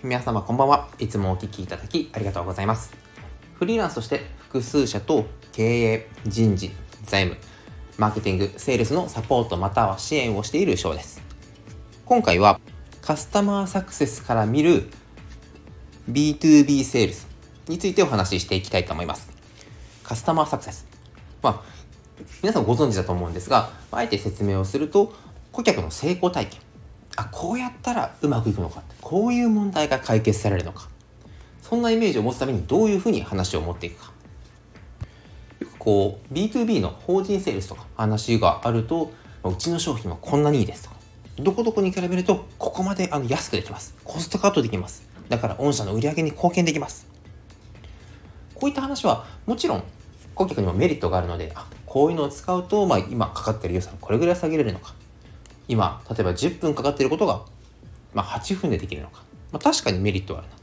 皆様こんばんは。いつもお聞きいただきありがとうございます。フリーランスとして複数社と経営、人事、財務、マーケティング、セールスのサポートまたは支援をしている翔です。今回はカスタマーサクセスから見る B2B セールスについてお話ししていきたいと思います。カスタマーサクセス。皆さんご存知だと思うんですが、あえて説明をすると、顧客の成功体験。こうやったらうまくいくのか。こういう問題が解決されるのか。そんなイメージを持つためにどういうふうに話を持っていくか。よくB2B の法人セールスとか話があると、うちの商品はこんなにいいですとか。どこどこに比べるとここまで安くできます。コストカットできます。だから御社の売り上げに貢献できます。こういった話はもちろん顧客にもメリットがあるので、こういうのを使うと、今かかっている予算これぐらい下げれるのか。今、例えば10分かかっていることが、8分でできるのか。確かにメリットはあるな。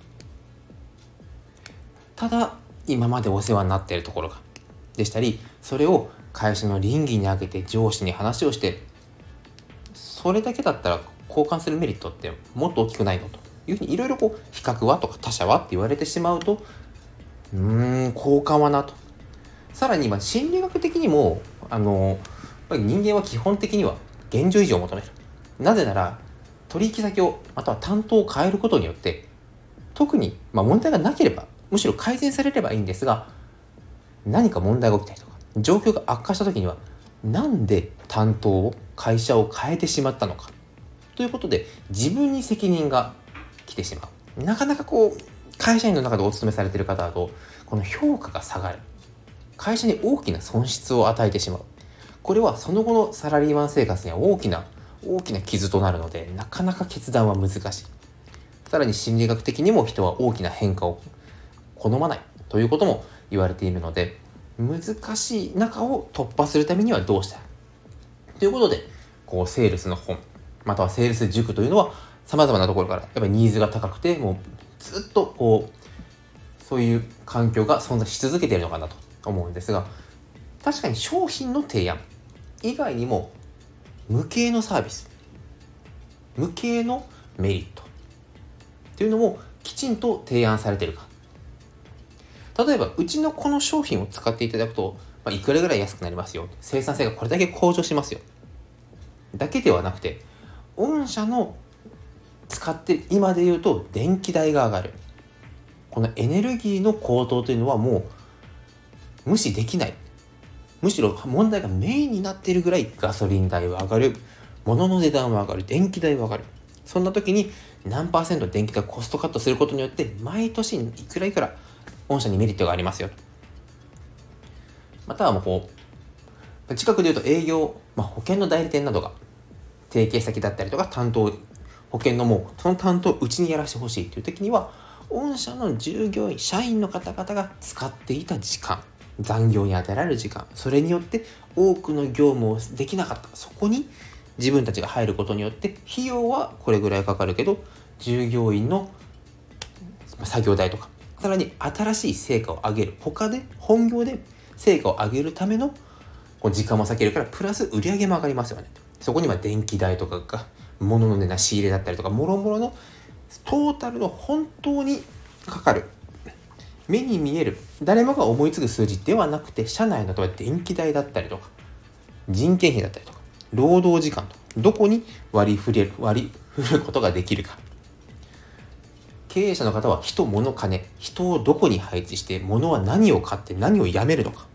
ただ、今までお世話になっているところが、でしたり、それを会社の倫理に上げて上司に話をして、それだけだったら交換するメリットってもっと大きくないのというふうにいろいろ比較はとか他社はって言われてしまうと、交換はなと。さらに心理学的にもやっぱり人間は基本的には現状維持を求める。なぜなら取引先をまたは担当を変えることによって特に問題がなければむしろ改善されればいいんですが、何か問題が起きたりとか状況が悪化した時にはなんで担当を会社を変えてしまったのかということで自分に責任が来てしまう。なかなか会社員の中でお勤めされている方だとこの評価が下がる。会社に大きな損失を与えてしまう。これはその後のサラリーマン生活には大きな傷となるので、なかなか決断は難しい。さらに心理学的にも人は大きな変化を好まないということも言われているので、難しい中を突破するためにはどうしたらということで、セールスの本またはセールス塾というのは様々なところからやっぱりニーズが高くて、もうずっとそういう環境が存在し続けているのかなと思うんですが、確かに商品の提案以外にも無形のサービス、無形のメリットっていうのもきちんと提案されているか。例えばうちのこの商品を使っていただくと、いくらぐらい安くなりますよ、生産性がこれだけ向上しますよだけではなくて、御社の使って今で言うと電気代が上がる、このエネルギーの高騰というのはもう無視できない。むしろ問題がメインになっているぐらいガソリン代は上がる、物の値段は上がる、電気代は上がる。そんな時に何%電気代コストカットすることによって毎年いくらいくら御社にメリットがありますよ。または近くで言うと営業、保険の代理店などが提携先だったりとか担当、保険のその担当をうちにやらせてほしいという時には、御社の従業員、社員の方々が使っていた時間、残業に与えられる時間、それによって多くの業務をできなかった、そこに自分たちが入ることによって費用はこれぐらいかかるけど、従業員の作業代とか、さらに新しい成果を上げる、他で本業で成果を上げるための時間も割けるから、プラス売上も上がりますよね。そこには電気代とかが物の値段、仕入れだったりとかもろもろのトータルの本当にかかる、目に見える誰もが思いつく数字ではなくて、社内の電気代だったりとか人件費だったりとか労働時間とどこに割り振ることができるか。経営者の方は人、物、金、人をどこに配置して、物は何を買って何をやめるのか。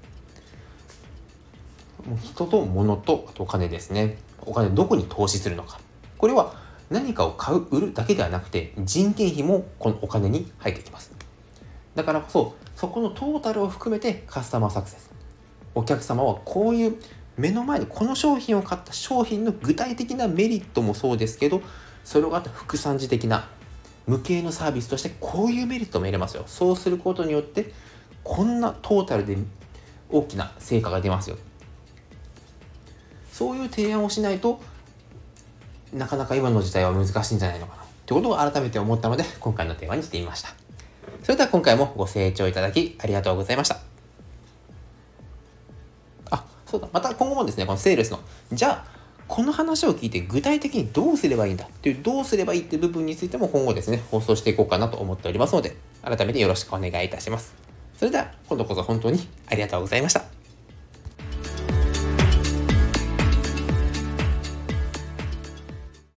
人と物とあとお金ですね。お金どこに投資するのか。これは何かを買う、売るだけではなくて人件費もこのお金に入ってきます。だからこそそこのトータルを含めてカスタマーサクセス、お客様はこういう目の前にこの商品を買った商品の具体的なメリットもそうですけど、それがあった副産事的な無形のサービスとしてこういうメリットも得れますよ。そうすることによってこんなトータルで大きな成果が出ますよ。そういう提案をしないとなかなか今の時代は難しいんじゃないのかなということを改めて思ったので、今回のテーマにしてみました。それでは今回もご清聴いただきありがとうございました。そうだ、また今後もですね、このセールスのじゃあこの話を聞いて具体的にどうすればいいんだっていう、どうすればいいっていう部分についても今後ですね、放送していこうかなと思っておりますので、改めてよろしくお願いいたします。それでは今度こそ本当にありがとうございました。